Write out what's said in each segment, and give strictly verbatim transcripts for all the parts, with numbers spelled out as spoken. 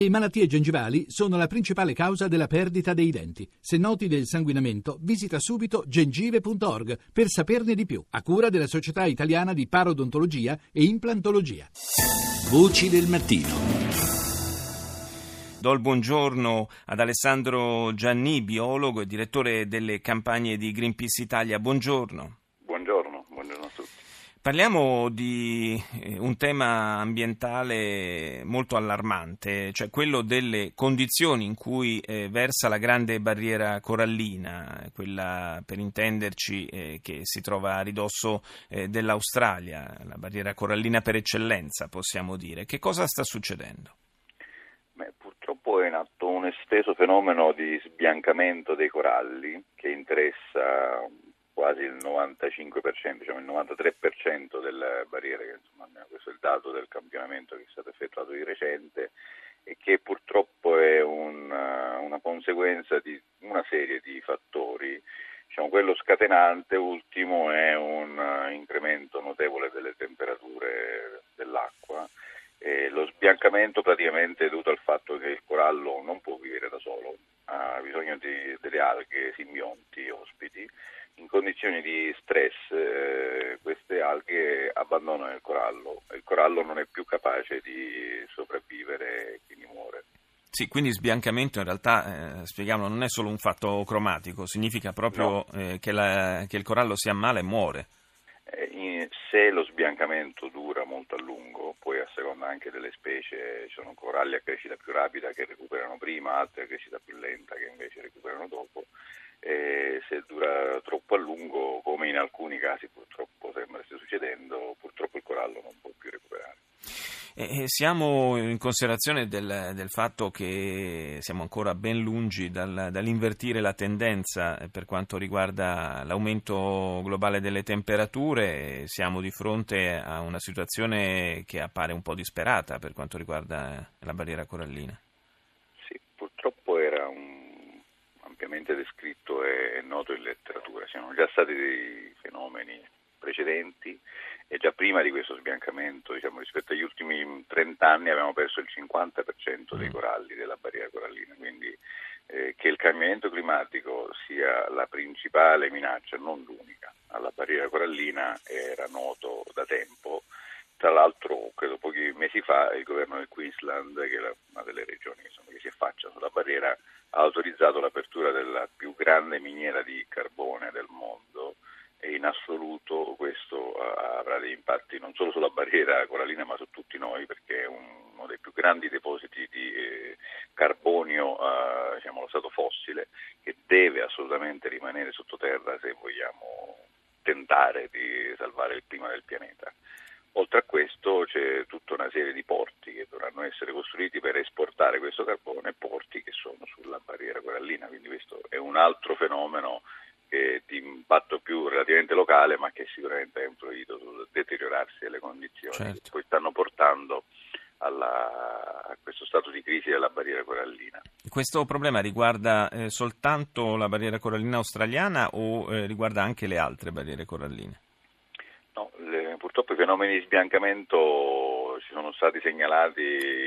Le malattie gengivali sono la principale causa della perdita dei denti. Se noti del sanguinamento, visita subito gengive punto org per saperne di più, a cura della Società Italiana di Parodontologia e Implantologia. Voci del mattino. Do il buongiorno ad Alessandro Gianni, biologo e direttore delle campagne di Greenpeace Italia. Buongiorno. Buongiorno, buongiorno a tutti. Parliamo di un tema ambientale molto allarmante, cioè quello delle condizioni in cui eh, versa la grande barriera corallina, quella per intenderci eh, che si trova a ridosso eh, dell'Australia, la barriera corallina per eccellenza, possiamo dire. Che cosa sta succedendo? Beh, purtroppo è in atto un esteso fenomeno di sbiancamento dei coralli che interessa quasi il novantacinque per cento, diciamo il novantatré per cento delle barriere, che, insomma, questo è il dato del campionamento che è stato effettuato di recente e che purtroppo è un, una conseguenza di una serie di fattori. Diciamo, quello scatenante ultimo è un incremento notevole delle temperature dell'acqua. E lo sbiancamento praticamente è dovuto al fatto che il corallo non può vivere da solo, ha bisogno di, delle alghe simbionti ospiti. In condizioni di stress eh, queste alghe abbandonano il corallo e il corallo non è più capace di sopravvivere e quindi muore. Sì, quindi sbiancamento in realtà, eh, spieghiamolo, non è solo un fatto cromatico, significa proprio no. eh, che, la, che il corallo si ammala e muore. Eh, in, se lo sbiancamento dura molto a lungo, poi a seconda anche delle specie, ci sono coralli a crescita più rapida che recuperano prima, altri a crescita più lenta che invece recuperano dopo. E se dura troppo a lungo, come in alcuni casi purtroppo sembra stia succedendo, purtroppo il corallo non può più recuperare. E siamo in considerazione del, del fatto che siamo ancora ben lungi dal, dall'invertire la tendenza per quanto riguarda l'aumento globale delle temperature. Siamo di fronte a una situazione che appare un po' disperata per quanto riguarda la barriera corallina. Sì, purtroppo era un ampiamente descritto e noto in letteratura. Ci sono già stati dei fenomeni precedenti e già prima di questo sbiancamento, diciamo, rispetto agli ultimi trenta anni abbiamo perso il cinquanta per cento dei coralli della barriera corallina, quindi eh, che il cambiamento climatico sia la principale minaccia, non l'unica, alla barriera corallina era noto da tempo. Tra l'altro, credo pochi mesi fa, il governo del Queensland, che è una delle regioni insomma, che si affacciano sulla barriera, ha autorizzato l'apertura della più grande miniera di carbone del mondo e in assoluto questo avrà dei impatti non solo sulla barriera corallina ma su tutti noi, perché è uno dei più grandi depositi di eh, carbonio, eh, diciamo lo stato fossile, che deve assolutamente rimanere sottoterra se vogliamo tentare di salvare il clima del pianeta. Oltre a questo c'è tutta una serie di porti che dovranno essere costruiti per esportare questo carbone, porti che sono sulla barriera corallina, quindi questo è un altro fenomeno che è di impatto più relativamente locale, ma che sicuramente ha influito sul deteriorarsi delle condizioni, certo, che poi stanno portando alla, a questo stato di crisi della barriera corallina. Questo problema riguarda eh, soltanto la barriera corallina australiana o eh, riguarda anche le altre barriere coralline? No, le, purtroppo i fenomeni di sbiancamento ci sono stati segnalati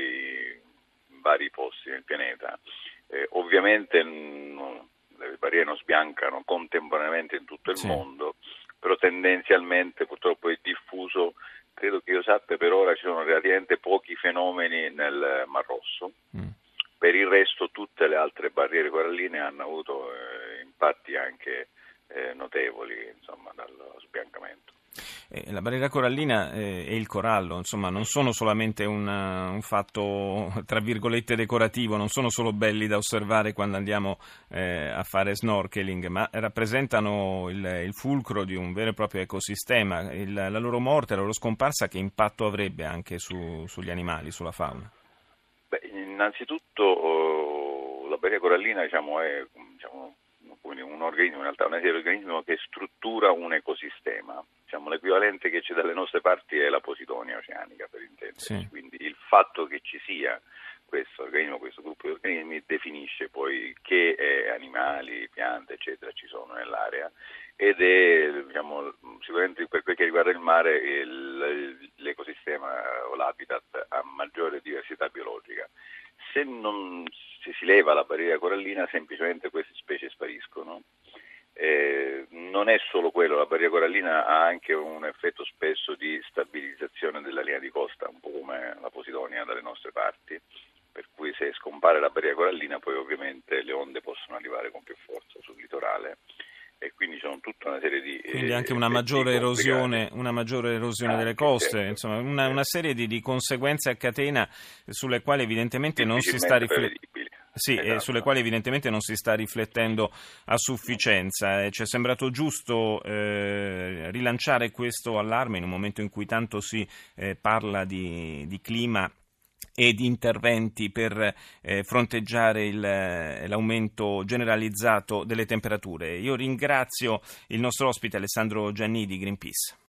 in vari posti nel pianeta. Eh, ovviamente non, le barriere non sbiancano contemporaneamente in tutto il sì. mondo, però tendenzialmente purtroppo è diffuso. Credo che io sappia, per ora ci sono relativamente pochi fenomeni nel Mar Rosso. Mm. Per il resto tutte le altre barriere coralline hanno avuto eh, impatti anche eh, notevoli, insomma, dallo sbiancamento. Eh, la barriera corallina eh, e il corallo, insomma, non sono solamente un, un fatto tra virgolette decorativo, non sono solo belli da osservare quando andiamo eh, a fare snorkeling, ma rappresentano il, il fulcro di un vero e proprio ecosistema. Il, la loro morte, la loro scomparsa, che impatto avrebbe anche su, sugli animali, sulla fauna? Beh, innanzitutto oh, la barriera corallina, diciamo, è diciamo, un organismo, in realtà una serie di organismi che struttura un ecosistema. Diciamo, l'equivalente che c'è dalle nostre parti è la Posidonia oceanica, per intenderci. Sì. Quindi il fatto che ci sia questo organismo, questo gruppo di organismi, definisce poi che eh, animali, piante, eccetera, ci sono nell'area, ed è, diciamo, sicuramente per quel che riguarda il mare il, l'ecosistema o l'habitat a maggiore diversità biologica. Se, non, se si leva la barriera corallina, semplicemente queste specie spariscono. Eh, non è solo quello, la barriera corallina ha anche un effetto spesso di stabilizzazione della linea di costa, un po' come la Posidonia dalle nostre parti, per cui se scompare la barriera corallina poi ovviamente le onde possono arrivare con più forza sul litorale e quindi c'è tutta una serie di quindi anche eh, una maggiore erosione, complicati. una maggiore erosione Anche, delle coste, certo, insomma una, certo. una serie di, di conseguenze a catena sulle quali evidentemente non si sta riflettendo. Sì, esatto. eh, sulle quali evidentemente non si sta riflettendo a sufficienza. Eh, ci è sembrato giusto eh, rilanciare questo allarme in un momento in cui tanto si eh, parla di, di clima e di interventi per eh, fronteggiare il, l'aumento generalizzato delle temperature. Io ringrazio il nostro ospite Alessandro Gianni di Greenpeace.